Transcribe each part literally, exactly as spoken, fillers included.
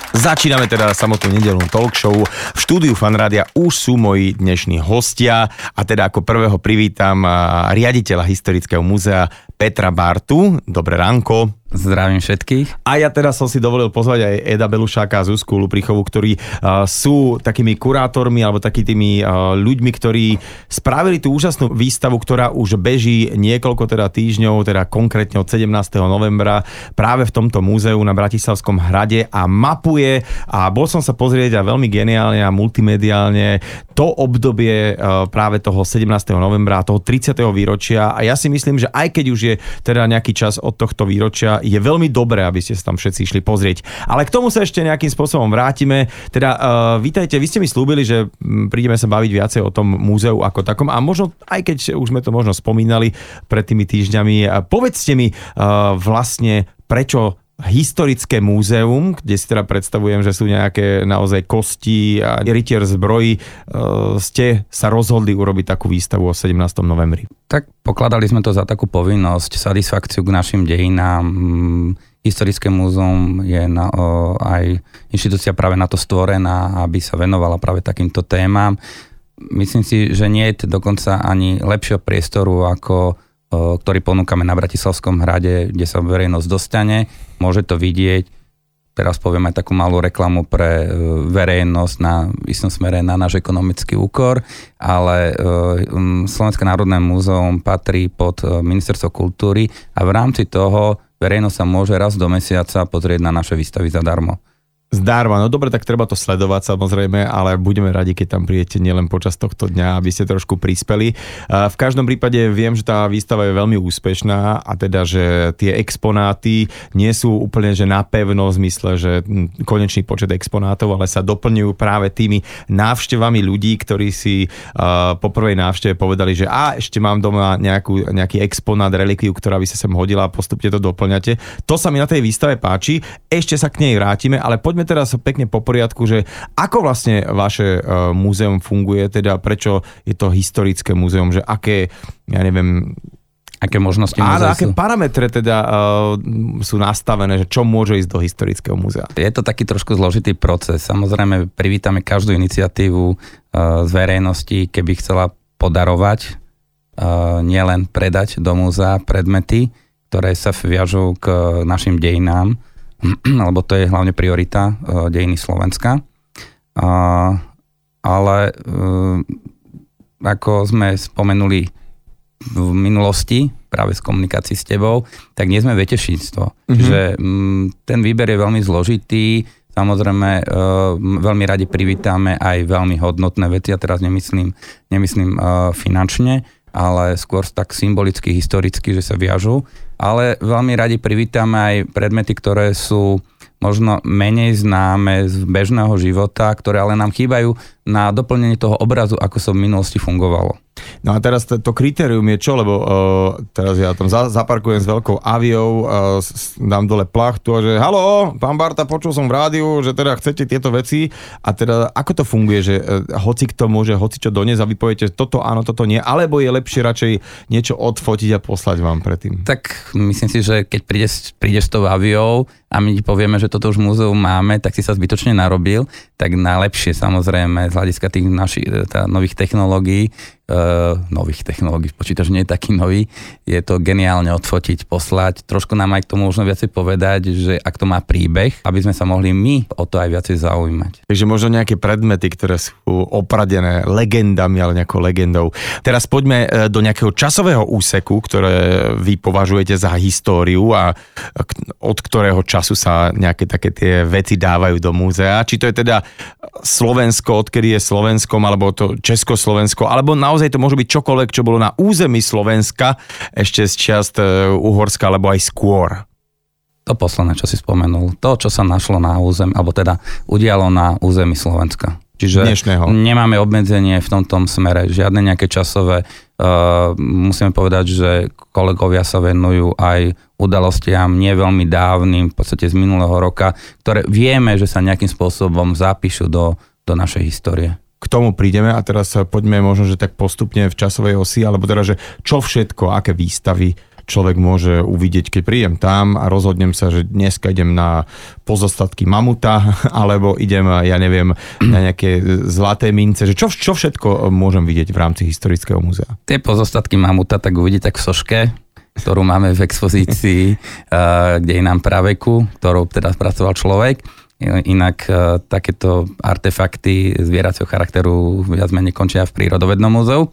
Začíname teda samotnú nedeľnú talk show. V štúdiu Fanrádia už sú moji dnešní hostia a teda ako prvého privítam riaditeľa Historického múzea Petra Bartu. Dobré ránko. Zdravím všetkých. A ja teraz som si dovolil pozvať aj Eda Belušáka a Zuzku Luprichovu, ktorí uh, sú takými kurátormi alebo takými tými uh, ľuďmi, ktorí spravili tú úžasnú výstavu, ktorá už beží niekoľko teda týždňov, teda konkrétne od sedemnásteho novembra práve v tomto múzeu na Bratislavskom hrade a mapuje a bol som sa pozrieť a veľmi geniálne a multimediálne to obdobie uh, práve toho sedemnásteho novembra, toho tridsiateho výročia a ja si myslím, že aj keď už je teda nejaký čas od tohto výročia, je veľmi dobré, aby ste sa tam všetci išli pozrieť. Ale k tomu sa ešte nejakým spôsobom vrátime. Teda uh, vítajte, vy ste mi slúbili, že prídeme sa baviť viacej o tom múzeu ako takom a možno, aj keď už sme to možno spomínali pred tými týždňami, povedzte mi uh, vlastne, prečo Historické múzeum, kde si teda predstavujem, že sú nejaké naozaj kosti a rytier zbroji, ste sa rozhodli urobiť takú výstavu o sedemnásteho novembri? Tak pokladali sme to za takú povinnosť, satisfakciu k našim dejinám. Historické múzeum je na, o, aj inštitúcia práve na to stvorená, aby sa venovala práve takýmto témam. Myslím si, že nie je dokonca ani lepšieho priestoru ako ktorý ponúkame na Bratislavskom hrade, kde sa verejnosť dostane, môže to vidieť. Teraz poviem aj takú malú reklamu pre verejnosť na istom smere na náš ekonomický úkor, ale Slovenské národné múzeum patrí pod Ministerstvo kultúry a v rámci toho verejnosť sa môže raz do mesiaca pozrieť na naše výstavy zadarmo. Zdarma, no dobre, tak treba to sledovať samozrejme, ale budeme radi, keď tam prídete nielen počas tohto dňa, aby ste trošku prispeli. V každom prípade viem, že tá výstava je veľmi úspešná a teda, že tie exponáty nie sú úplne že napevno v zmysle, že konečný počet exponátov, ale sa doplňujú práve tými návštevami ľudí, ktorí si po prvej návšteve povedali, že a ešte mám doma nejakú, nejaký exponát, relikviu, ktorá by sa sem hodila a postupne to doplňate. To sa mi na tej výstave páči, ešte sa k nej vrátime, ale poďme teraz pekne po poriadku, že ako vlastne vaše uh, múzeum funguje, teda prečo je to historické múzeum, že aké, ja neviem... Aké možnosti múzea sú? Aké parametre teda uh, sú nastavené, že čo môže ísť do historického múzea? Je to taký trošku zložitý proces. Samozrejme, privítame každú iniciatívu uh, z verejnosti, keby chcela podarovať, uh, nielen predať do múzea predmety, ktoré sa viažú k našim dejinám, lebo to je hlavne priorita uh, dejiny Slovenska. Uh, ale uh, ako sme spomenuli v minulosti, práve z komunikácií s tebou, tak nie sme vetešníctvo. Mm-hmm. Čiže um, ten výber je veľmi zložitý. Samozrejme, uh, veľmi radi privítame aj veľmi hodnotné veci. Ja teraz nemyslím, nemyslím uh, finančne, ale skôr tak symbolicky, historicky, že sa viažú. Ale veľmi radi privítame aj predmety, ktoré sú možno menej známe z bežného života, ktoré ale nám chýbajú na doplnenie toho obrazu, ako sa v minulosti fungovalo. No a teraz to, to kritérium je čo, lebo uh, teraz ja tam za, zaparkujem s veľkou aviou, uh, dám dole plachtu a že haló, pán Barta, počul som v rádiu, že teda chcete tieto veci a teda ako to funguje, že uh, hoci kto môže hoci čo doniesť a vy poviete toto áno, toto nie, alebo je lepšie radšej niečo odfotiť a poslať vám predtým? Tak myslím si, že keď prídeš, prídeš s tou aviou a my ti povieme, že toto už múzeum máme, tak si sa zbytočne narobil, tak najlepšie samozrejme z hľadiska tých našich tá, nových technológií, uh, nových technológií, počítač nie je taký nový, je to geniálne odfotiť, poslať, trošku nám aj k tomu možno viacej povedať, že ak to má príbeh, aby sme sa mohli my o to aj viacej zaujímať. Takže možno nejaké predmety, ktoré sú opradené legendami, ale nejakou legendou. Teraz poďme do nejakého časového úseku, ktoré vy považujete za históriu a od ktorého času sa nejaké také tie veci dávajú do múzea. Či to je teda Slovensko, odkedy je Slovenskom, alebo to Československo, alebo naozaj to môže byť čokoľvek, čo bolo na území Slovenska, ešte z čiast Uhorska, alebo aj skôr. To posledné, čo si spomenul. To, čo sa našlo na území, alebo teda udialo na území Slovenska. Čiže dnešného. Nemáme obmedzenie v tomto smere, žiadne nejaké časové. Uh, musíme povedať, že kolegovia sa venujú aj udalostiam nie veľmi dávnym, v podstate z minulého roka, ktoré vieme, že sa nejakým spôsobom zapíšu do, do našej histórie. K tomu prídeme a teraz poďme možno, že tak postupne v časovej osi, alebo teda, že čo všetko, aké výstavy, človek môže uvidieť, keď prídem tam a rozhodnem sa, že dneska idem na pozostatky mamuta, alebo idem, ja neviem, na nejaké zlaté mince, že čo, čo všetko môžem vidieť v rámci historického múzea? Tie pozostatky mamuta tak uvidíte v soške, ktorú máme v expozícii, kde je nám praveku, ktorú teda spracoval človek. Inak takéto artefakty zvieracieho charakteru viac menej končia v prírodovednom múzeu.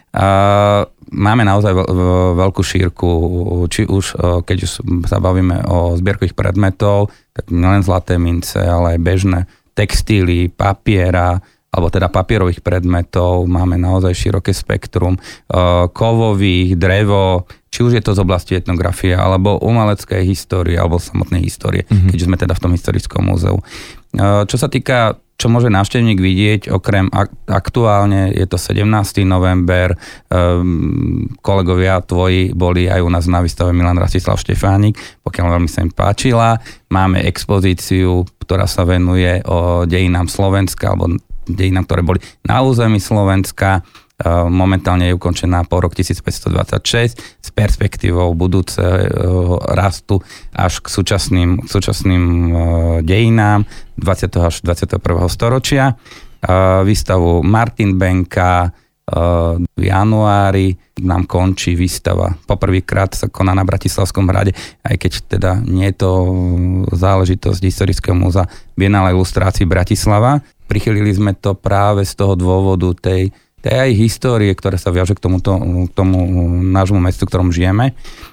Máme naozaj veľkú šírku, či už keď už sa bavíme o zbierkových predmetov, tak nielen zlaté mince, ale aj bežné textíly, papiera, alebo teda papierových predmetov. Máme naozaj široké spektrum kovových, drevo, či už je to z oblasti etnografie, alebo umeleckej histórie, alebo samotnej histórie, mm-hmm. keďže sme teda v tom historickom múzeu. Čo sa týka, čo môže návštevník vidieť, okrem aktuálne je to sedemnásteho november, kolegovia tvoji boli aj u nás na výstave Milan Rastislav Štefánik, pokiaľ veľmi sa im páčila. Máme expozíciu, ktorá sa venuje o dejinám Slovenska, alebo dejinám, ktoré boli na území Slovenska. Momentálne je ukončená po rok tisícpäťstodvadsaťšesť s perspektívou budúceho rastu až k súčasným, súčasným dejinám dvadsiateho až dvadsiateho prvého storočia. Výstavu Martin Benka v januári nám končí výstava. Poprvýkrát sa koná na Bratislavskom hrade, aj keď teda nie je to záležitosť historického múzea Biennále ilustrácií Bratislava. Prichylili sme to práve z toho dôvodu tej tej aj histórie, ktoré sa viaže k tomuto, k tomu nášmu mestu, v ktorom žijeme.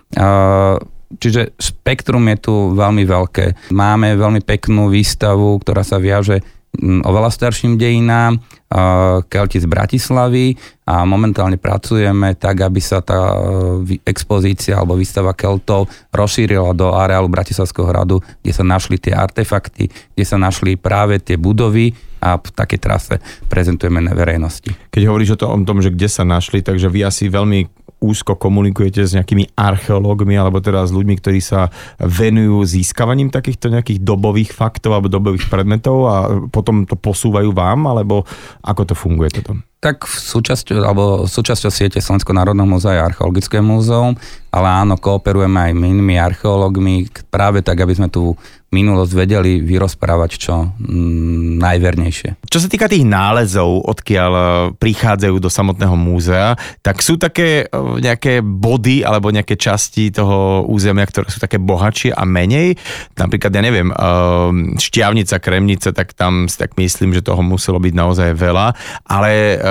Čiže spektrum je tu veľmi veľké. Máme veľmi peknú výstavu, ktorá sa viaže oveľa starším dejinám, Kelti z Bratislavy a momentálne pracujeme tak, aby sa tá expozícia alebo výstava Keltov rozšírila do areálu Bratislavského hradu, kde sa našli tie artefakty, kde sa našli práve tie budovy a v takej trase prezentujeme na verejnosti. Keď hovoríš o tom, o tom, že kde sa našli, takže vy asi veľmi úzko komunikujete s nejakými archeológmi alebo teda s ľuďmi, ktorí sa venujú získavaním takýchto nejakých dobových faktov alebo dobových predmetov a potom to posúvajú vám, alebo ako to funguje toto? Tak súčasťou, alebo súčasťou siete Slovenského národného múzea je Archeologické múzeum, ale áno, kooperujeme aj inými archeológmi práve tak, aby sme tú minulosť vedeli vyrozprávať čo mm, najvernejšie. Čo sa týka tých nálezov, odkiaľ prichádzajú do samotného múzea, tak sú také nejaké body alebo nejaké časti toho územia, ktoré sú také bohatšie a menej. Napríklad, ja neviem, Štiavnica, Kremnica, tak tam tak myslím, že toho muselo byť naozaj veľa, ale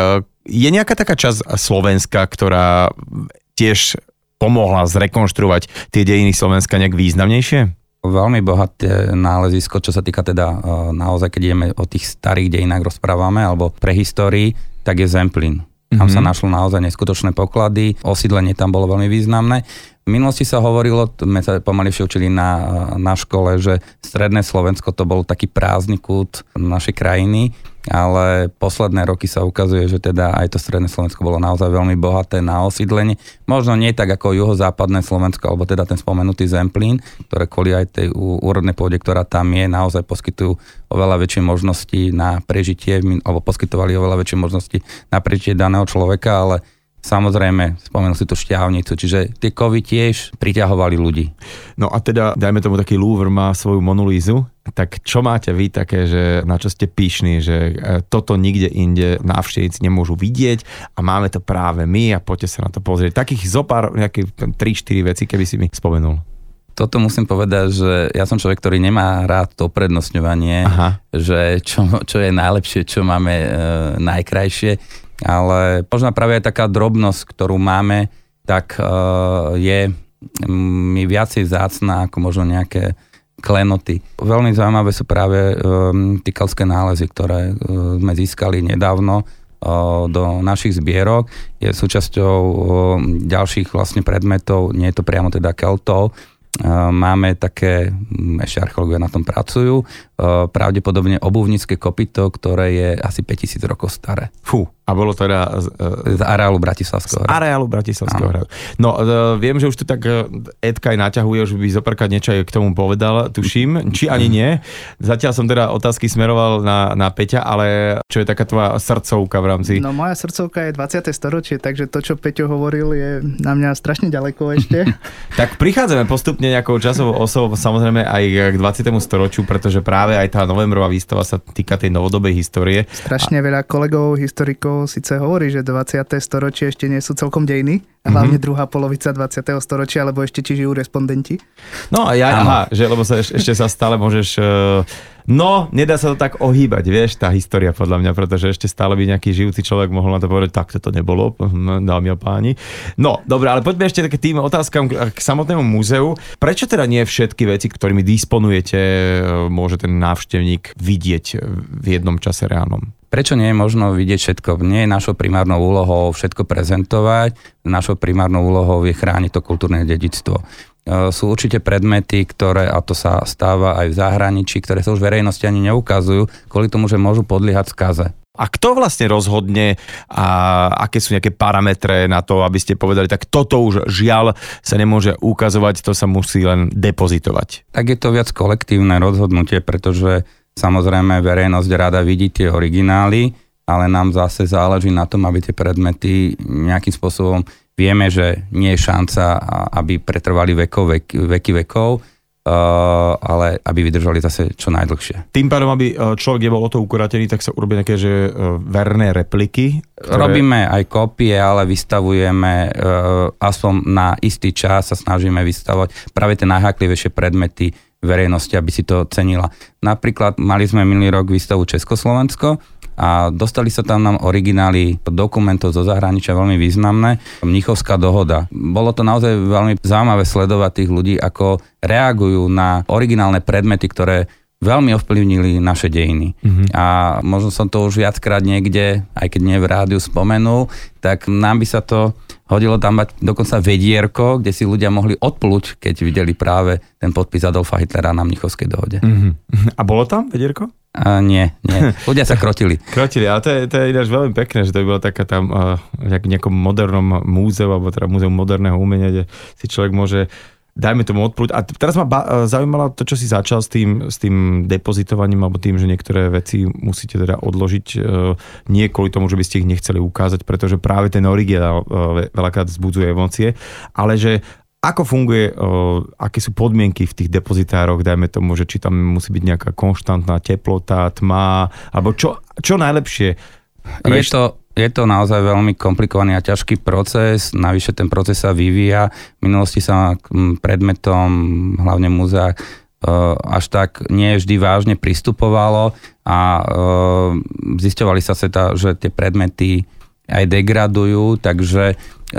je nejaká taká časť Slovenska, ktorá tiež pomohla zrekonštruovať tie dejiny Slovenska nejak významnejšie? Veľmi bohaté nálezisko, čo sa týka teda naozaj, keď ideme o tých starých dejinách rozprávame, alebo prehistórii, tak je Zemplín. Tam mm-hmm. sa našlo naozaj neskutočné poklady, osídlenie tam bolo veľmi významné. V minulosti sa hovorilo, sme sa pomalšie učili na, na škole, že stredné Slovensko to bol taký prázdny kút našej krajiny, ale posledné roky sa ukazuje, že teda aj to stredné Slovensko bolo naozaj veľmi bohaté na osídlenie. Možno nie tak ako juhozápadné Slovensko, alebo teda ten spomenutý Zemplín, ktoré kvôli aj tej úrodnej pôde, ktorá tam je, naozaj poskytujú oveľa väčšie možnosti na prežitie, alebo poskytovali oveľa väčšie možnosti na prežitie daného človeka, ale samozrejme, spomenul si tú Štiavnicu, čiže tie kovy tiež priťahovali ľudí. No a teda, dajme tomu, taký Louvre má svoju Monolízu, tak čo máte vy také, že na čo ste pyšní, že toto nikde inde návštevníci nemôžu vidieť a máme to práve my a poďte sa na to pozrieť. Takých zopár, nejaké tri štyri veci, keby si mi spomenul. Toto musím povedať, že ja som človek, ktorý nemá rád to uprednostňovanie, Aha. že čo, čo je najlepšie, čo máme e, najkrajšie, ale možno práve aj taká drobnosť, ktorú máme, tak uh, je mi viacej vzácna ako možno nejaké klenoty. Veľmi zaujímavé sú práve um, tie keltské nálezy, ktoré uh, sme získali nedávno uh, do našich zbierok. Je súčasťou uh, ďalších vlastne predmetov, nie je to priamo teda Keltov. Uh, máme také, ešte archeológovia na tom pracujú, uh, pravdepodobne obuvnícke kopyto, ktoré je asi päťtisíc rokov staré. Fú. A bolo teda... Z areálu Bratislavského hradu. Z areálu Bratislavského hradu. No, uh, viem, že už tu tak uh, Edka aj naťahuje, už by zoprkať niečo aj k tomu povedal, tuším, či ani nie. Zatiaľ som teda otázky smeroval na, na Peťa, ale čo je taká tvoja srdcovka v rámci... No moja srdcovka je dvadsiate storočie, takže to, čo Peťo hovoril, je na mňa strašne ďaleko ešte. Tak prichádzame postupne nejakou časovou osobou, samozrejme aj k dvadsiatemu storočiu, pretože práve aj tá novembrová výstava sa týka tej novodobej histórie. Strašne a... veľa kolegov, historikov síce hovorí, že dvadsiate storočie ešte nie sú celkom dejiny, hlavne mm-hmm. druhá polovica dvadsiateho storočia, lebo ešte či žijú respondenti. No a ja, aha, že lebo sa eš, ešte sa stále môžeš... No, nedá sa to tak ohýbať, vieš, tá história podľa mňa, pretože ešte stále by nejaký žijúci človek mohol na to povedať, tak to nebolo, dámy a páni. No, dobre, ale poďme ešte k tým otázkam k samotnému múzeu. Prečo teda nie všetky veci, ktorými disponujete, môže ten návštevník vidieť v jednom čase reálnom? Prečo nie je možno vidieť všetko? Nie je našou primárnou úlohou všetko prezentovať, našou primárnou úlohou je chrániť to kultúrne dedičstvo. Sú určite predmety, ktoré, a to sa stáva aj v zahraničí, ktoré sa už verejnosti ani neukazujú, kvôli tomu, že môžu podliehať skaze. A kto vlastne rozhodne a aké sú nejaké parametre na to, aby ste povedali, tak toto už žiaľ sa nemôže ukazovať, to sa musí len depozitovať? Tak je to viac kolektívne rozhodnutie, pretože samozrejme verejnosť rada vidí tie originály, ale nám zase záleží na tom, aby tie predmety nejakým spôsobom, vieme, že nie je šanca, aby pretrvali vekov, vek, veky vekov, Uh, ale aby vydržali zase čo najdlhšie. Tým pádom, aby človek nebol o to ukuratený, tak sa urobí nejaké že verné repliky? Ktoré... Robíme aj kópie, ale vystavujeme uh, aspoň na istý čas, sa snažíme vystavovať práve tie najháklivejšie predmety verejnosti, aby si to cenila. Napríklad mali sme minulý rok výstavu Československo a dostali sa tam nám originály dokumentov zo zahraničia veľmi významné. Mnichovská dohoda. Bolo to naozaj veľmi zaujímavé sledovať tých ľudí, ako reagujú na originálne predmety, ktoré veľmi ovplyvnili naše dejiny. Mm-hmm. A možno som to už viackrát niekde, aj keď nie v rádiu spomenul, tak nám by sa to hodilo tam mať dokonca vedierko, kde si ľudia mohli odpluť, keď videli práve ten podpis Adolfa Hitlera na Mnichovskej dohode. Mm-hmm. A bolo tam vedierko? A nie, nie. Ľudia sa krotili. Krotili, ale to je, to je ináč veľmi pekné, že to by bola taká tam uh, v nejakom modernom múzeu, alebo teda múzeum moderného umenia, kde si človek môže, dajme tomu odplúť. A teraz ma ba- zaujímalo to, čo si začal s tým, s tým depozitovaním, alebo tým, že niektoré veci musíte teda odložiť, uh, nie kvôli tomu, že by ste ich nechceli ukázať, pretože práve ten originál uh, veľakrát vzbudzuje emócie, ale že ako funguje, o, aké sú podmienky v tých depozitároch, dajme tomu, že či tam musí byť nejaká konštantná teplota, tma, alebo čo, čo najlepšie? Je to, je to naozaj veľmi komplikovaný a ťažký proces, navyše ten proces sa vyvíja. V minulosti sa predmetom, hlavne múzea, až tak nie vždy vážne pristupovalo a zisťovali sa teda, že tie predmety aj degradujú, takže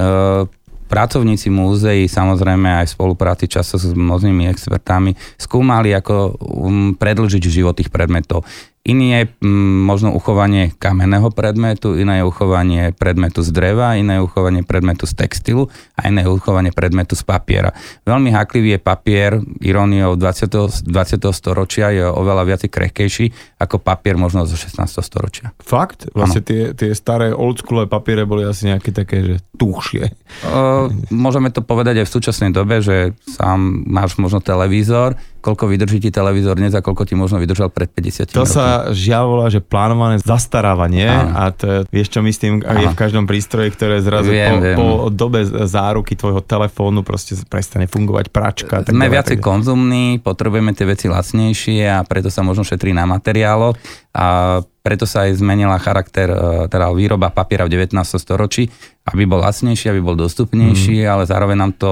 pracovníci múzeí, samozrejme aj v spolupráci často s mnohými expertami, skúmali, ako predĺžiť život tých predmetov. Iný je m, možno uchovanie kamenného predmetu, iné je uchovanie predmetu z dreva, iné je uchovanie predmetu z textilu a iné je uchovanie predmetu z papiera. Veľmi háklivý je papier, iróniou dvadsiateho dvadsiateho storočia je oveľa viac krehkejší ako papier možno zo šestnásteho storočia. Fakt? Vlastne tie, tie staré oldschoolové papiere boli asi nejaké také, že tuchšie. Uh, môžeme to povedať aj v súčasnej dobe, že sám máš možno televízor, koľko vydrží ti televízor dnes a koľko ti možno vydržal pred päťdesiatimi To rokmi. sa žiaľ volá, že plánované zastarávanie. Áno. A to, vieš čo myslím, je v každom prístroji, ktoré zrazu viem, po, viem. po dobe záruky tvojho telefónu proste prestane fungovať pračka. Tak Sme viacej konzumní, potrebujeme tie veci lacnejšie a preto sa možno šetrí na materiáloch a preto sa aj zmenila charakter, teda výroba papiera v devätnástom storočí, aby bol lacnejší, aby bol dostupnejší, mm. ale zároveň nám to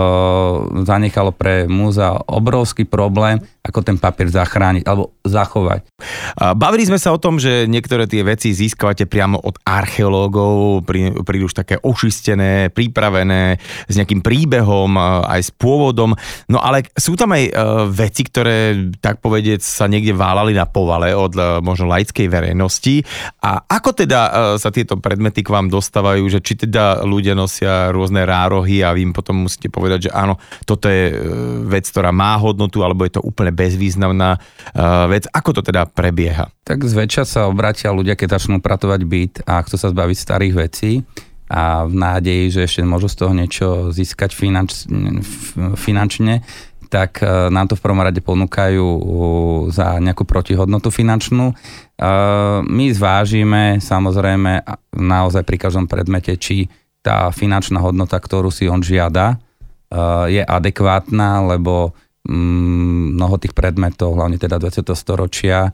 zanechalo pre múzea obrovský problém, ako ten papier zachrániť alebo zachovať. Bavili sme sa o tom, že niektoré tie veci získavate priamo od archeológov, prídu už také očistené, pripravené, s nejakým príbehom, aj s pôvodom. No ale sú tam aj veci, ktoré, tak povedec, sa niekde válali na povale od možno laickej verejnosti. A ako teda sa tieto predmety k vám dostávajú, že či teda ľudia nosia rôzne rárohy a vy im potom musíte povedať, že áno, toto je vec, ktorá má hodnotu, alebo je to úplne bezvýznamná uh, vec. Ako to teda prebieha? Tak zväčša sa obrátia ľudia, keď začnú upratovať byt a chcú sa zbaviť starých vecí a v nádeji, že ešte môžu z toho niečo získať finanč, finančne, tak nám to v prvom rade ponúkajú za nejakú protihodnotu finančnú. My zvážime samozrejme naozaj pri každom predmete, či tá finančná hodnota, ktorú si on žiada, je adekvátna, lebo mnoho tých predmetov, hlavne teda dvadsiateho storočia,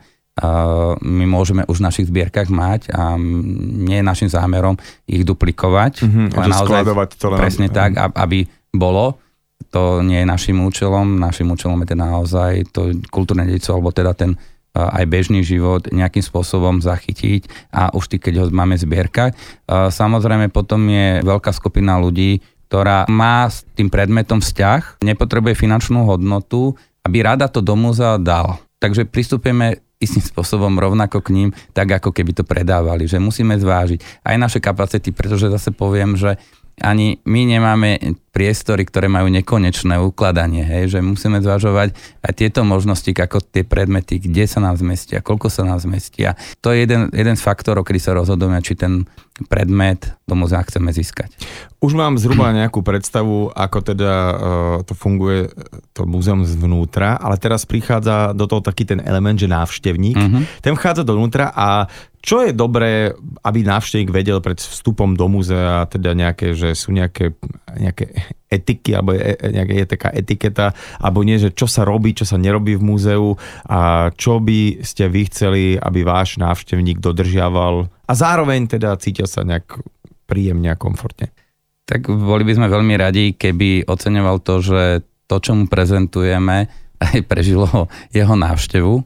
my môžeme už v našich zbierkach mať a nie je našim zámerom ich duplikovať. Mm-hmm, ale naozaj to len... presne tak, aby bolo. To nie je našim účelom. Našim účelom je teda naozaj to kultúrne dedičstvo, alebo teda ten aj bežný život nejakým spôsobom zachytiť a už ty, keď ho máme v zbierkach. Samozrejme potom je veľká skupina ľudí, ktorá má s tým predmetom vzťah, nepotrebuje finančnú hodnotu, aby rada to do múzea dal. Takže pristúpime istým spôsobom rovnako k ním, tak ako keby to predávali, že musíme zvážiť aj naše kapacity, pretože zase poviem, že ani my nemáme priestory, ktoré majú nekonečné ukladanie, hej, že musíme zvažovať aj tieto možnosti, ako tie predmety, kde sa nám zmestia, koľko sa nám zmestia. To je jeden, jeden z faktorov, kedy sa rozhodujeme, či ten predmet do múzea chceme získať. Už mám zhruba nejakú predstavu, ako teda uh, to funguje, to múzeum zvnútra, ale teraz prichádza do toho taký ten element, že návštevník, uh-huh. ten vchádza dovnútra a čo je dobré, aby návštevník vedel pred vstupom do múzea, teda nejaké, že sú nejaké, nejaké etiky, alebo je, nejaká je taká etiketa, alebo nie, že čo sa robí, čo sa nerobí v múzeu a čo by ste vy chceli, aby váš návštevník dodržiaval a zároveň teda cítil sa nejak príjemne a komfortne. Tak boli by sme veľmi radi, keby oceňoval to, že to, čo mu prezentujeme, aj prežilo jeho návštevu.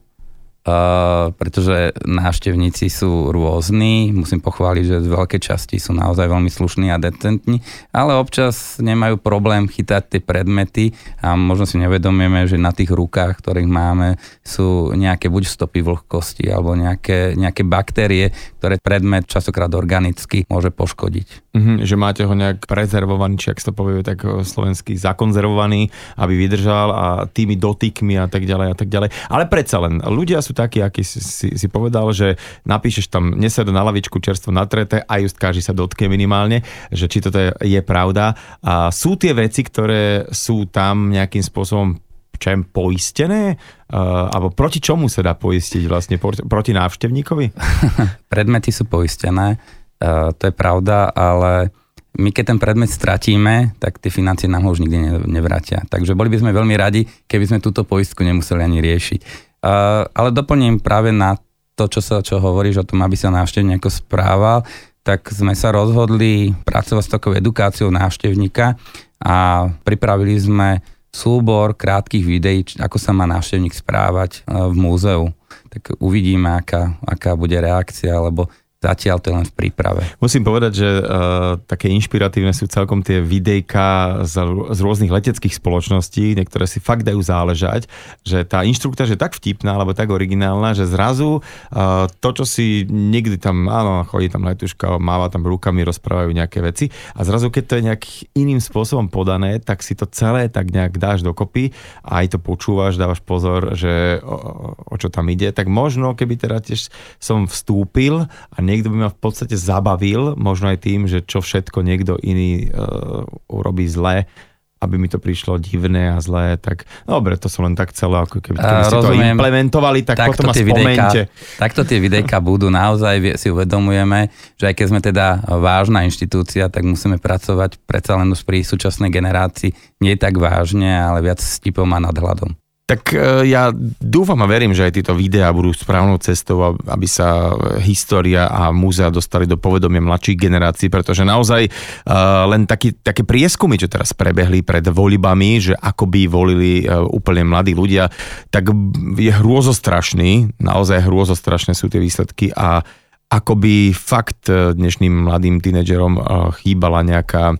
Uh, pretože návštevníci sú rôzni, musím pochváliť, že z veľkej časti sú naozaj veľmi slušní a decentní, ale občas nemajú problém chytať tie predmety a možno si nevedomíme, že na tých rukách, ktorých máme, sú nejaké buď stopy vlhkosti alebo nejaké, nejaké baktérie, ktoré predmet častokrát organicky môže poškodiť. Mm-hmm, že máte ho nejak prezervovaný, či ak sa to povie tak slovensky, zakonzervovaný, aby vydržal a tými dotykmi a tak ďalej a tak ďalej. Ale predsa len, ľudia sú taký, aký si, si, si povedal, že napíšeš tam neseda na lavičku čerstvo natreté a just každý sa dotkne minimálne, že či toto je, je pravda. A sú tie veci, ktoré sú tam nejakým spôsobom čem poistené? Uh, alebo proti čomu sa dá poistiť vlastne? Proti návštevníkovi? Predmety sú poistené, uh, to je pravda, ale my keď ten predmet stratíme, tak tie financie nám ho už nikdy nevrátia. Takže boli by sme veľmi radi, keby sme túto poistku nemuseli ani riešiť. Uh, ale doplním práve na to, čo sa čo hovoríš o tom, aby sa návštevník nejako správal, tak sme sa rozhodli pracovať s takou edukáciou návštevníka a pripravili sme súbor krátkych videí, ako sa má návštevník správať uh, v múzeu. Tak uvidíme, aká, aká bude reakcia, lebo zatiaľ to je len v príprave. Musím povedať, že uh, také inšpiratívne sú celkom tie videjka z, z rôznych leteckých spoločností, niektoré si fakt dajú záležať, že tá inštruktáž je tak vtipná, alebo tak originálna, že zrazu uh, to, čo si niekdy tam, áno, chodí tam letuška, máva tam rukami, rozprávajú nejaké veci a zrazu, keď to je nejakým iným spôsobom podané, tak si to celé tak nejak dáš dokopy a aj to počúvaš, dávaš pozor, že o, o čo tam ide, tak možno, keby teda tiež som vstúpil a niekto by ma v podstate zabavil, možno aj tým, že čo všetko niekto iný uh, urobí zle, aby mi to prišlo divné a zlé, tak dobre, to som len tak celé, ako keby, keby ste to implementovali, tak takto potom ma spomente. Videjka, takto tie videjka budú, naozaj si uvedomujeme, že aj keď sme teda vážna inštitúcia, tak musíme pracovať predsa len už pri súčasnej generácii nie tak vážne, ale viac s tipom a nadhľadom. Tak ja dúfam a verím, že aj tieto videá budú správnou cestou, aby sa história a múzea dostali do povedomia mladších generácií, pretože naozaj uh, len taký, také prieskumy, čo teraz prebehli pred voľbami, že ako by volili uh, úplne mladí ľudia, tak je hrôzostrašný, naozaj hrôzostrašné sú tie výsledky a ako by fakt dnešným mladým tínedžerom uh, chýbala nejaká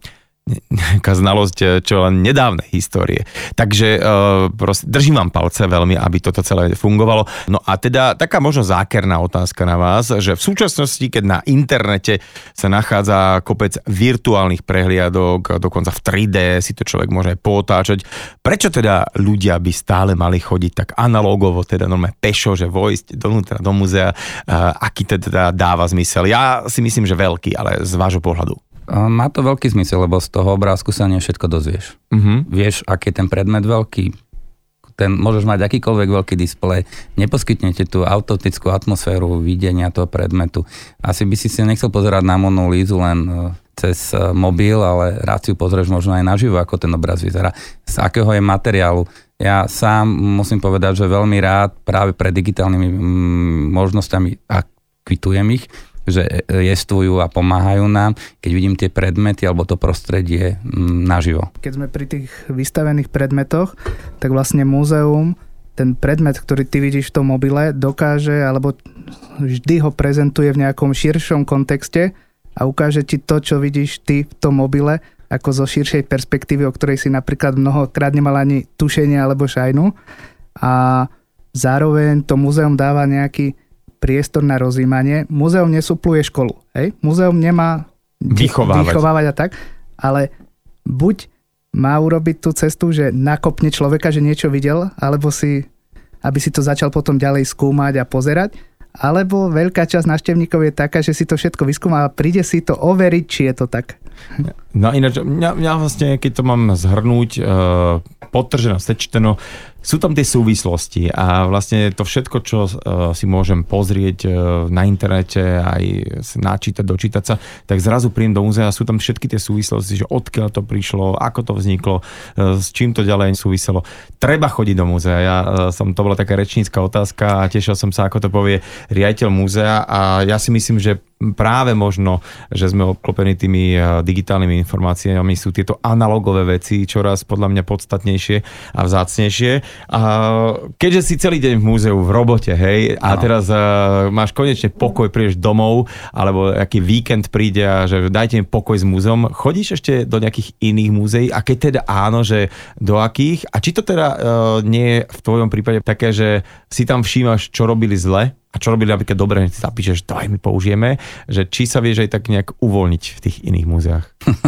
nejaká znalosť čo len nedávnej histórie. Takže uh, proste, držím vám palce veľmi, aby toto celé fungovalo. No a teda taká možno zákerná otázka na vás, že v súčasnosti, keď na internete sa nachádza kopec virtuálnych prehliadok, dokonca v tri dé si to človek môže aj potáčať, prečo teda ľudia by stále mali chodiť tak analogovo, teda normálne pešo, že vojsť donútra do múzea, uh, aký teda dáva zmysel? Ja si myslím, že veľký, ale z vášho pohľadu. Má to veľký zmysel, lebo z toho obrázku sa nie všetko dozvieš. Uh-huh. Vieš, aký je ten predmet veľký, ten, môžeš mať akýkoľvek veľký displej, neposkytnete tú autentickú atmosféru videnia toho predmetu. Asi by si si nechcel pozerať na Monu Lízu len cez mobil, ale rád si ju pozrieš možno aj naživo, ako ten obraz vyzerá, z akého je materiálu. Ja sám musím povedať, že veľmi rád práve pred digitálnymi možnosťami a kvitujem ich, že jestvujú a pomáhajú nám, keď vidím tie predmety alebo to prostredie naživo. Keď sme pri tých vystavených predmetoch, tak vlastne múzeum, ten predmet, ktorý ty vidíš v tom mobile, dokáže alebo vždy ho prezentuje v nejakom širšom kontexte a ukáže ti to, čo vidíš ty v tom mobile, ako zo širšej perspektívy, o ktorej si napríklad mnohokrát nemal ani tušenie alebo šajnu. A zároveň to múzeum dáva nejaký priestor na rozjímanie. Múzeum nesupluje školu. Hej? Múzeum nemá vychovávať. vychovávať a tak, ale buď má urobiť tú cestu, že nakopne človeka, že niečo videl, alebo si, aby si to začal potom ďalej skúmať a pozerať, alebo veľká časť návštevníkov je taká, že si to všetko vyskúma a príde si to overiť, či je to tak. No ináč, mňa, mňa vlastne, keď to mám zhrnúť, uh, podtrženo, sečteno, sú tam tie súvislosti a vlastne to všetko, čo uh, si môžem pozrieť uh, na internete, aj načítať, dočítať sa, tak zrazu príjem do múzea, sú tam všetky tie súvislosti, že odkiaľ to prišlo, ako to vzniklo, uh, s čím to ďalej súviselo. Treba chodiť do múzea. Ja uh, som, to bola taká rečnícka otázka a tešil som sa, ako to povie riaditeľ múzea a ja si myslím, že práve možno, že sme obklopení tými digitálnymi informáciami, sú tieto analogové veci čoraz podľa mňa podstatnejšie a vzácnejšie. A keďže si celý deň v múzeu v robote, hej, a no. teraz uh, máš konečne pokoj, prídeš domov, alebo aký víkend príde a že dajte mi pokoj s múzeom, chodíš ešte do nejakých iných múzeí a keď teda áno, že do akých? A či to teda uh, nie je v tvojom prípade také, že si tam všímaš, čo robili zle, a čo robili napríklad dobre, že si zapíšeš, to aj my použijeme, že či sa vieš aj tak nejak uvoľniť v tých iných múzeách?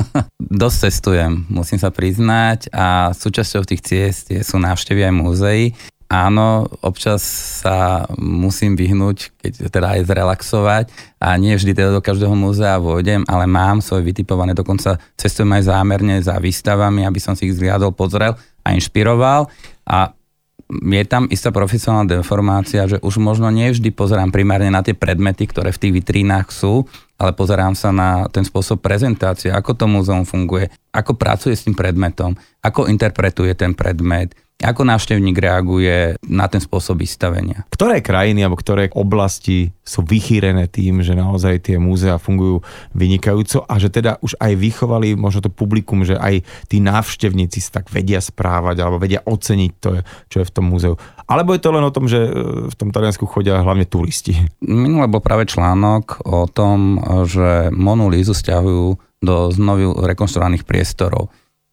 Dosť cestujem, musím sa priznať a súčasťou tých ciest sú návštevy aj múzeí. Áno, občas sa musím vyhnúť, keď teda aj zrelaxovať a nie vždy teda do každého múzea vôjdem, ale mám svoje vytipované, dokonca cestujem aj zámerne za výstavami, aby som si ich zliadol, pozrel a inšpiroval a je tam istá profesionálna deformácia, že už možno nie vždy pozerám primárne na tie predmety, ktoré v tých vitrínach sú, ale pozerám sa na ten spôsob prezentácie, ako to múzeum funguje, ako pracuje s tým predmetom, ako interpretuje ten predmet, ako návštevník reaguje na ten spôsob vystavenia. Ktoré krajiny alebo ktoré oblasti sú vychýrené tým, že naozaj tie múzea fungujú vynikajúco a že teda už aj vychovali možno to publikum, že aj tí návštevníci sa tak vedia správať alebo vedia oceniť to, čo je v tom múzeu. Alebo je to len o tom, že v tom Taliansku chodia hlavne turisti? Minule bol práve článok o tom, že Monu Lízu stiahujú do znovu rekonštruovaných priestorov.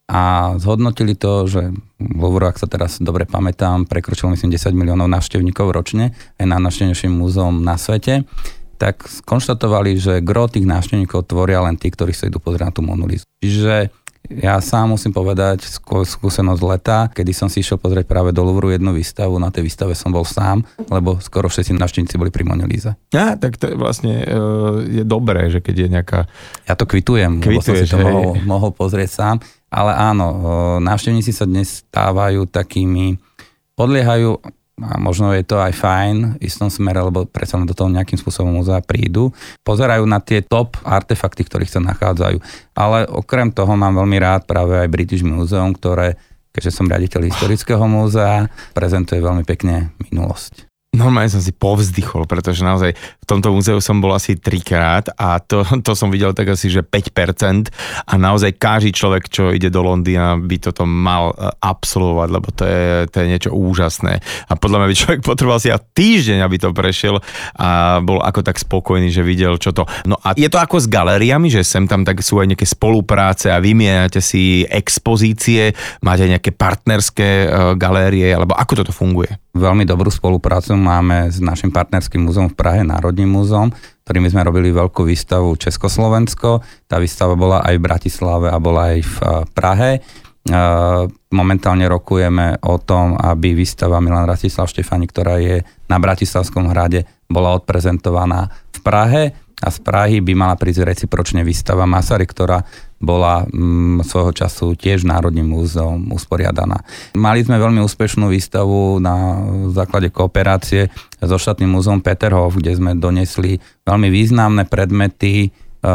A zhodnotili to, že v Louvre, ak sa teraz dobre pamätám, prekročilo myslím desať miliónov návštevníkov ročne, aj najnavštevnejším múzeum na svete, tak skonštatovali, že gro tých návštevníkov tvoria len tí, ktorí sa idú pozrieť na tú Monu Lízu. Čiže ja sám musím povedať skúsenosť leta, kedy som si išiel pozrieť práve do Louvru jednu výstavu, na tej výstave som bol sám, lebo skoro všetci návštevníci boli pri Mone Líze. Ja, tak to je vlastne je dobré, že keď je nejaká... Ja to kvitujem, lebo som si to mohol, mohol pozrieť sám, ale áno, návštevníci sa dnes stávajú takými, podliehajú, a možno je to aj fajn v istom smere, lebo predsa len do toho nejakým spôsobom múzea prídu. Pozerajú na tie top artefakty, ktorých sa nachádzajú. Ale okrem toho mám veľmi rád práve aj British Museum, ktoré, keďže som riaditeľ historického múzea, prezentuje veľmi pekne minulosť. Normálne som si povzdychol, pretože naozaj v tomto múzeu som bol asi trikrát a to, to som videl tak asi, že päť percent a naozaj každý človek, čo ide do Londýna, by toto mal absolvovať, lebo to je, to je niečo úžasné. A podľa mňa by človek potreboval si aj týždeň, aby to prešiel a bol ako tak spokojný, že videl, čo to. No a je to ako s galériami, že sem tam tak sú aj nejaké spolupráce a vymieňate si expozície, máte nejaké partnerské galérie, alebo ako toto funguje? Veľmi dobrú spoluprácu máme s našim partnerským múzeom v Prahe, Národným múzeom, ktorými sme robili veľkú výstavu Československo. Tá výstava bola aj v Bratislave a bola aj v Prahe. Momentálne rokujeme o tom, aby výstava Milan Rastislav Štefánik, ktorá je na Bratislavskom hrade, bola odprezentovaná v Prahe a z Prahy by mala prísť recipročne výstava Masaryk, ktorá bola mm, svojho času tiež Národným múzeom usporiadaná. Mali sme veľmi úspešnú výstavu na základe kooperácie so štátnym múzeom Peterhof, kde sme donesli veľmi významné predmety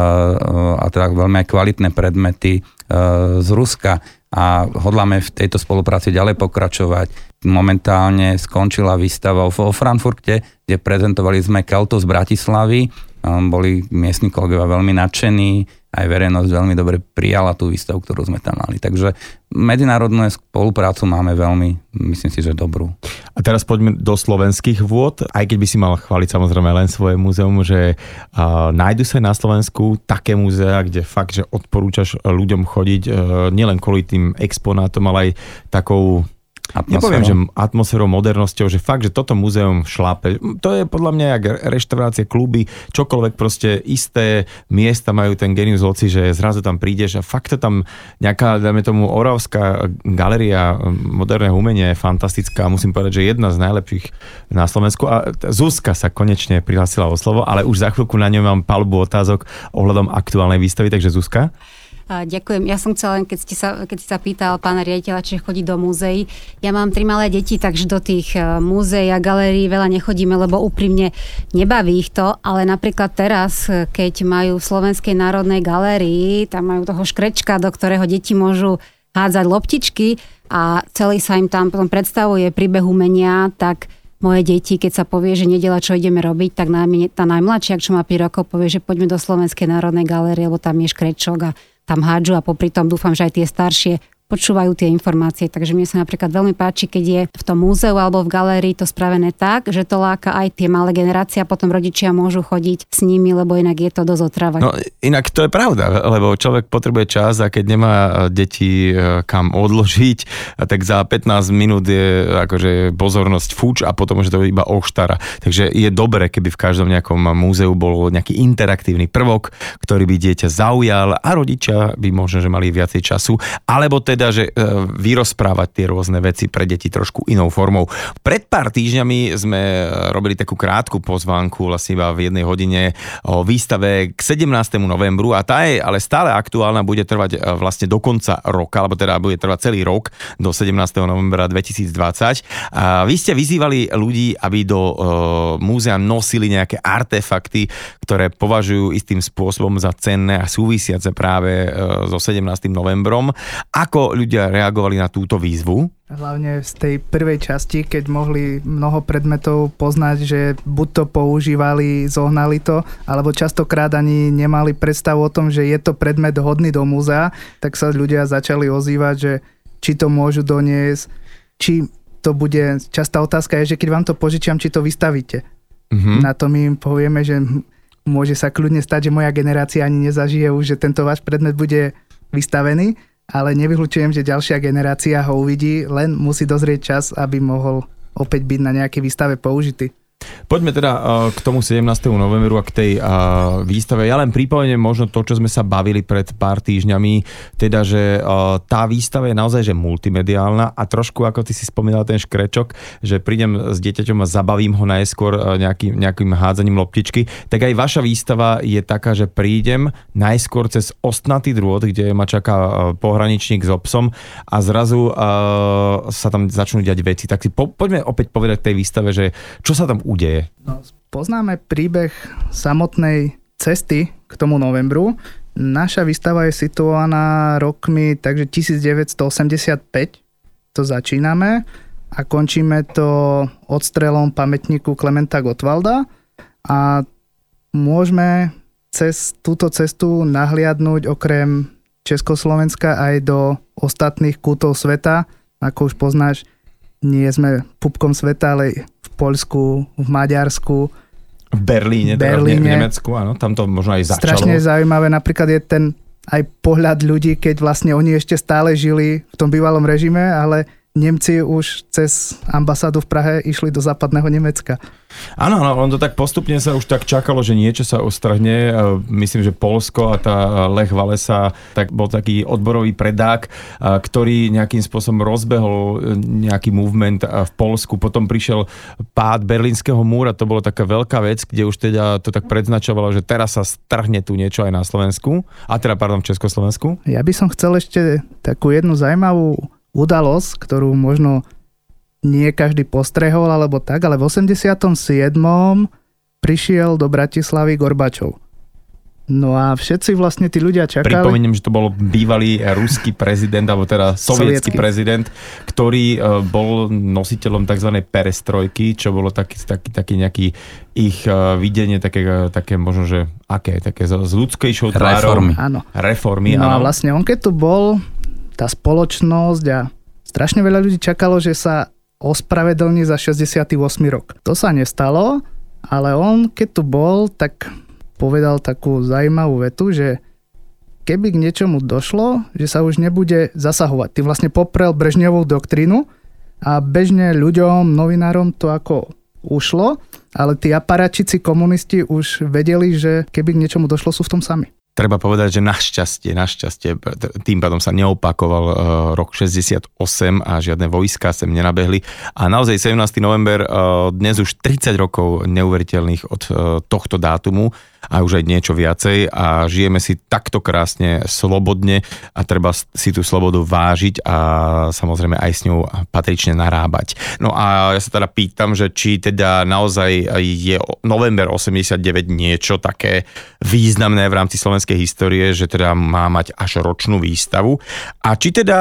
a teda veľmi aj kvalitné predmety z Ruska a hodláme v tejto spolupráci ďalej pokračovať. Momentálne skončila výstava vo Frankfurte, kde prezentovali sme Keltov z Bratislavy. Boli miestni kolegovia veľmi nadšení, aj verejnosť veľmi dobre prijala tú výstavu, ktorú sme tam mali. Takže medzinárodnú spoluprácu máme veľmi, myslím si, že dobrú. A teraz poďme do slovenských vôd, aj keď by si mal chváliť samozrejme len svoje múzeum, že uh, nájdu sa na Slovensku také múzea, kde fakt, že odporúčaš ľuďom chodiť uh, nielen kvôli tým exponátom, ale aj takou nepoviem, že atmosférou, modernosťou, že fakt, že toto múzeum šlápe. To je podľa mňa jak reštaurácie, kluby, čokoľvek proste isté miesta majú ten genius loci, že zrazu tam prídeš a fakt to tam nejaká, dajme tomu, Oravská galéria moderného umenia je fantastická. Musím povedať, že jedna z najlepších na Slovensku. A Zuzka sa konečne prihlásila o slovo, ale už za chvíľku na ňu mám paľbu otázok ohľadom aktuálnej výstavy, takže Zuzka. Ďakujem. Ja som chcela len, keď ste sa, keď ste sa pýtal pána riaditeľa, či chodí do múzeí. Ja mám tri malé deti, takže do tých múzeí a galérií veľa nechodíme, lebo úprimne nebaví ich to, ale napríklad teraz, keď majú v Slovenskej národnej galérii, tam majú toho škrečka, do ktorého deti môžu hádzať loptičky a celý sa im tam potom predstavuje príbeh umenia, tak moje deti, keď sa povie, že nedeľa, čo ideme robiť, tak tá najmladšia, čo má päť rokov, povie, že poďme do Slovenskej národnej galérie, lebo tam je škrečok a tam hádžu a popri tom dúfam, že aj tie staršie počúvajú tie informácie. Takže mne sa napríklad veľmi páči, keď je v tom múzeu alebo v galérii to spravené tak, že to láka aj tie malé generácie a potom rodičia môžu chodiť s nimi, lebo inak je to dosť otrávať. No inak to je pravda, lebo človek potrebuje čas a keď nemá deti kam odložiť, tak za pätnásť minút je akože pozornosť fuč a potom už to iba oštara. Takže je dobre, keby v každom nejakom múzeu bol nejaký interaktívny prvok, ktorý by dieťa zaujal a rodičia by možno, že mali viacej času, alebo teda že vyrozprávať tie rôzne veci pre deti trošku inou formou. Pred pár týždňami sme robili takú krátku pozvánku, vlastne iba v jednej hodine o výstave k sedemnástemu novembru a tá je ale stále aktuálna, bude trvať vlastne do konca roka, alebo teda bude trvať celý rok do sedemnásteho novembra dvetisícdvadsať. A vy ste vyzývali ľudí, aby do uh, múzea nosili nejaké artefakty, ktoré považujú istým spôsobom za cenné a súvisiace práve uh, so sedemnástym novembrom. Ako ľudia reagovali na túto výzvu? Hlavne z tej prvej časti, keď mohli mnoho predmetov poznať, že buď to používali, zohnali to, alebo častokrát ani nemali predstavu o tom, že je to predmet hodný do múzea, tak sa ľudia začali ozývať, že či to môžu doniesť, či to bude... Častá otázka je, že keď vám to požičiam, či to vystavíte. Mm-hmm. Na to my im povieme, že môže sa kľudne stať, že moja generácia ani nezažije už, že tento váš predmet bude vystavený, ale nevyhľučujem, že ďalšia generácia ho uvidí, len musí dozrieť čas, aby mohol opäť byť na nejakej výstave použitý. Poďme teda k tomu sedemnástemu novembru a k tej výstave. Ja len pripomeniem možno to, čo sme sa bavili pred pár týždňami, teda, že tá výstava je naozaj že multimediálna a trošku, ako ty si spomínal ten škrečok, že prídem s dieťaťom a zabavím ho najskôr nejakým, nejakým hádzaním loptičky, tak aj vaša výstava je taká, že prídem najskôr cez ostnatý drôt, kde ma čaká pohraničník s obsom a zrazu uh, sa tam začnú diať veci. Tak si po, poďme opäť povedať tej výstave, že čo sa tam udeje. No, poznáme príbeh samotnej cesty k tomu novembru. Naša výstava je situovaná rokmi, takže devätnásť osemdesiatpäť to začíname a končíme to odstrelom pamätníku Klementa Gottwalda a môžeme cez túto cestu nahliadnúť okrem Československa aj do ostatných kútov sveta. Ako už poznáš, nie sme pupkom sveta, ale v Poľsku, v Maďarsku, v Berlíne, Berlíne. Teda v Nemecku, áno, tam to možno aj začalo. Strašne zaujímavé, napríklad je ten aj pohľad ľudí, keď vlastne oni ešte stále žili v tom bývalom režime, ale Nemci už cez ambasádu v Prahe išli do západného Nemecka. Áno, áno, on to tak postupne sa už tak čakalo, že niečo sa ostrhne. Myslím, že Poľsko a tá Lech Walesa tak bol taký odborový predák, ktorý nejakým spôsobom rozbehol nejaký movement v Poľsku. Potom prišiel pád Berlínskeho múra, to bolo taká veľká vec, kde už teda to tak predznačovalo, že teraz sa strhne tu niečo aj na Slovensku, a teda pardon, v Československu. Ja by som chcel ešte takú jednu zaujímavú udalosť, ktorú možno nie každý postrehol alebo tak, ale v osemdesiatom siedmom prišiel do Bratislavy Gorbačov. No a všetci vlastne tí ľudia čakali... Pripomeniem, že to bol bývalý ruský prezident, alebo teda sovietský prezident, ktorý bol nositeľom tzv. Perestrojky, čo bolo taký, taký, taký nejaký ich videnie, také, také možno, že aké, také s ľudskejšou tvárou. Reformy. Áno. Reformy, no áno. a vlastne on keď tu bol, tá spoločnosť a strašne veľa ľudí čakalo, že sa ospravedlní za šesťdesiaty ôsmy rok. To sa nestalo, ale on keď tu bol, tak povedal takú zaujímavú vetu, že keby k niečomu došlo, že sa už nebude zasahovať. Ty vlastne poprel Brežňovú doktrínu a bežne ľuďom, novinárom to ako ušlo, ale tí aparačici komunisti už vedeli, že keby k niečomu došlo, sú v tom sami. Treba povedať, že našťastie, našťastie, tým pádom sa neopakoval uh, rok šesťdesiatosem a žiadne vojská sem nenabehli. A naozaj sedemnásteho november, uh, dnes už tridsať rokov neuveriteľných od uh, tohto dátumu a už aj niečo viacej a žijeme si takto krásne, slobodne a treba si tú slobodu vážiť a samozrejme aj s ňou patrične narábať. No a ja sa teda pýtam, že či teda naozaj je november osemdesiatdeväť niečo také významné v rámci slovenskej histórie, že teda má mať až ročnú výstavu. A či teda,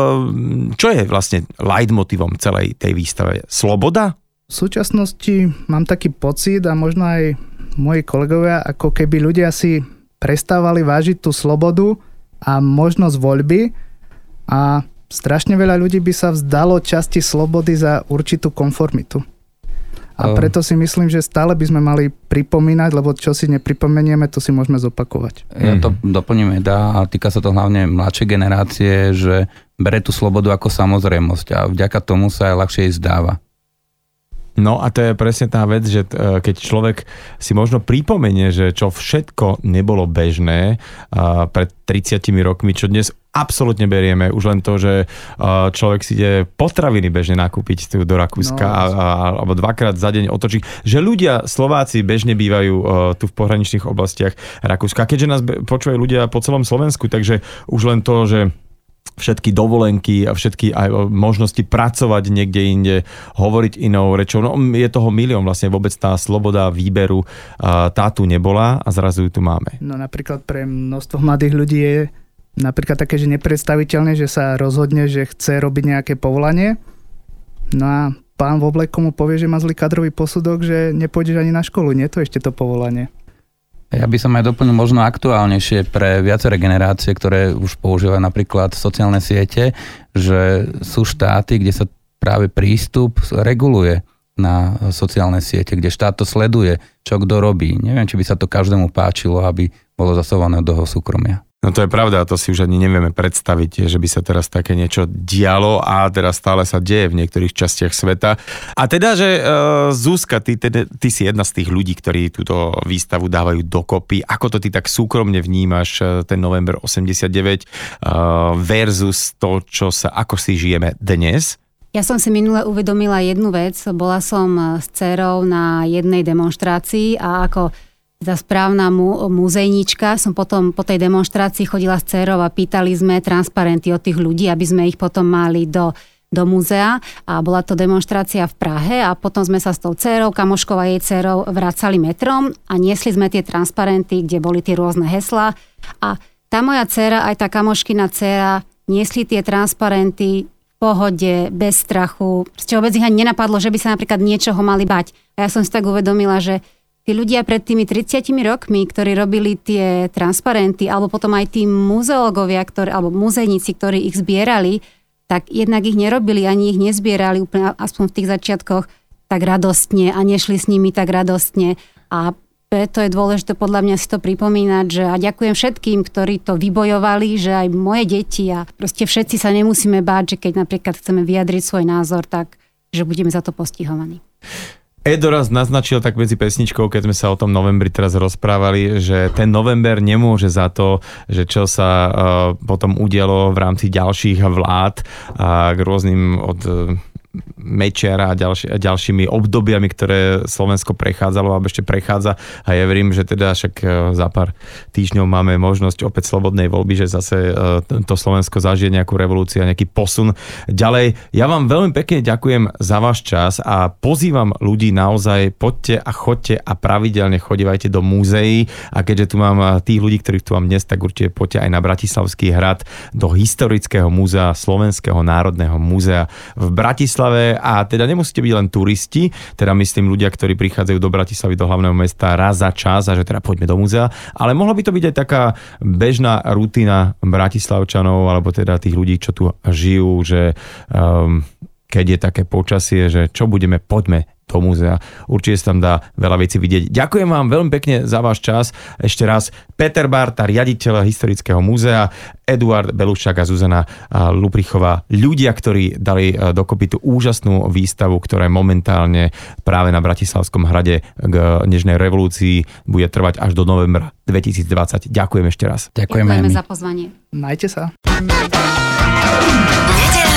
čo je vlastne leitmotívom celej tej výstave? Sloboda? V súčasnosti mám taký pocit a možno aj moji kolegovia, ako keby ľudia si prestávali vážiť tú slobodu a možnosť voľby a strašne veľa ľudí by sa vzdalo časti slobody za určitú konformitu. A preto si myslím, že stále by sme mali pripomínať, lebo čo si nepripomenieme, to si môžeme zopakovať. Ja to doplním Eda a týka sa to hlavne mladšej generácie, že bere tú slobodu ako samozrejmosť a vďaka tomu sa aj ľahšie zdáva. No a to je presne tá vec, že keď človek si možno pripomenie, že čo všetko nebolo bežné pred tridsiatimi rokmi, čo dnes absolútne berieme, už len to, že človek si ide potraviny bežne nakúpiť tu do Rakúska no. a, a, alebo dvakrát za deň otočiť, že ľudia, Slováci bežne bývajú tu v pohraničných oblastiach Rakúska. Keďže nás počúvajú ľudia po celom Slovensku, takže už len to, že všetky dovolenky a všetky aj možnosti pracovať niekde inde, hovoriť inou rečou. No je toho milión vlastne, vôbec tá sloboda výberu tá tu nebola a zrazu ju tu máme. No napríklad pre množstvo mladých ľudí je napríklad také, že nepredstaviteľné, že sa rozhodne, že chce robiť nejaké povolanie. No a pán v obleku mu povie, že má zlý kadrový posudok, že nepôjdeš ani na školu. Nie je to ešte to povolanie. Ja by som aj doplnil možno aktuálnejšie pre viaceré generácie, ktoré už používajú napríklad sociálne siete, že sú štáty, kde sa práve prístup reguluje na sociálne siete, kde štát to sleduje, čo kto robí. Neviem, či by sa to každému páčilo, aby bolo zasahované do toho súkromia. No to je pravda, to si už ani nevieme predstaviť, že by sa teraz také niečo dialo a teraz stále sa deje v niektorých častiach sveta. A teda, že uh, Zuzka, ty, ty, ty si jedna z tých ľudí, ktorí túto výstavu dávajú dokopy. Ako to ty tak súkromne vnímaš, ten november osemdesiatdeväť uh, versus to, čo sa, ako si žijeme dnes? Ja som si minule uvedomila jednu vec. Bola som s dcerou na jednej demonštrácii a ako za správna mu, muzejníčka som potom po tej demonštrácii chodila s dcerou a pýtali sme transparenty od tých ľudí, aby sme ich potom mali do, do múzea a bola to demonštrácia v Prahe a potom sme sa s tou dcerou, kamoškou a jej dcerou vracali metrom a niesli sme tie transparenty, kde boli tie rôzne heslá a tá moja dcera aj tá kamoškina dcera niesli tie transparenty v pohode, bez strachu. Proste vôbec ich ani nenapadlo, že by sa napríklad niečoho mali bať. A ja som si tak uvedomila, že tí ľudia pred tými tridsiatimi rokmi, ktorí robili tie transparenty, alebo potom aj tí muzeológovia, ktorí, alebo muzejníci, ktorí ich zbierali, tak jednak ich nerobili, ani ich nezbierali úplne, aspoň v tých začiatkoch, tak radostne a nešli s nimi tak radostne. A preto je dôležité podľa mňa si to pripomínať, že a ďakujem všetkým, ktorí to vybojovali, že aj moje deti a proste všetci sa nemusíme báť, že keď napríklad chceme vyjadriť svoj názor, tak že budeme za to postihovaní. Edo raz naznačil tak medzi pesničkou, keď sme sa o tom novembri teraz rozprávali, že ten november nemôže za to, že čo sa uh, potom udialo v rámci ďalších vlád a k rôznym od uh, Mečiara a ďalši, ďalšími obdobiami, ktoré Slovensko prechádzalo alebo ešte prechádza. A ja verím, že teda však za pár týždňov máme možnosť opäť slobodnej voľby, že zase to Slovensko zažije nejakú revolúciu a nejaký posun ďalej. Ja vám veľmi pekne ďakujem za váš čas a pozývam ľudí naozaj, poďte a chodte a pravidelne chodívajte do múzeí a keďže tu mám tých ľudí, ktorých tu mám dnes, tak určite poďte aj na Bratislavský hrad do Historického múzea Slovenského národného múzea v Bratislave. A teda nemusíte byť len turisti, teda myslím ľudia, ktorí prichádzajú do Bratislavy, do hlavného mesta raz za čas a že teda poďme do múzea, ale mohla by to byť aj taká bežná rutina Bratislavčanov alebo teda tých ľudí, čo tu žijú, že um, keď je také počasie, že čo budeme, poďme do múzea. Určite sa tam dá veľa vecí vidieť. Ďakujem vám veľmi pekne za váš čas. Ešte raz Peter Barta, riaditeľ Historického múzea, Eduard Beluščák a Zuzana Luprichová. Ľudia, ktorí dali dokopy tú úžasnú výstavu, ktorá je momentálne práve na Bratislavskom hrade k Nežnej revolúcii bude trvať až do novembra dvetisícdvadsať. Ďakujem ešte raz. Ďakujeme, Ďakujeme za pozvanie. Majte sa. Nedeľa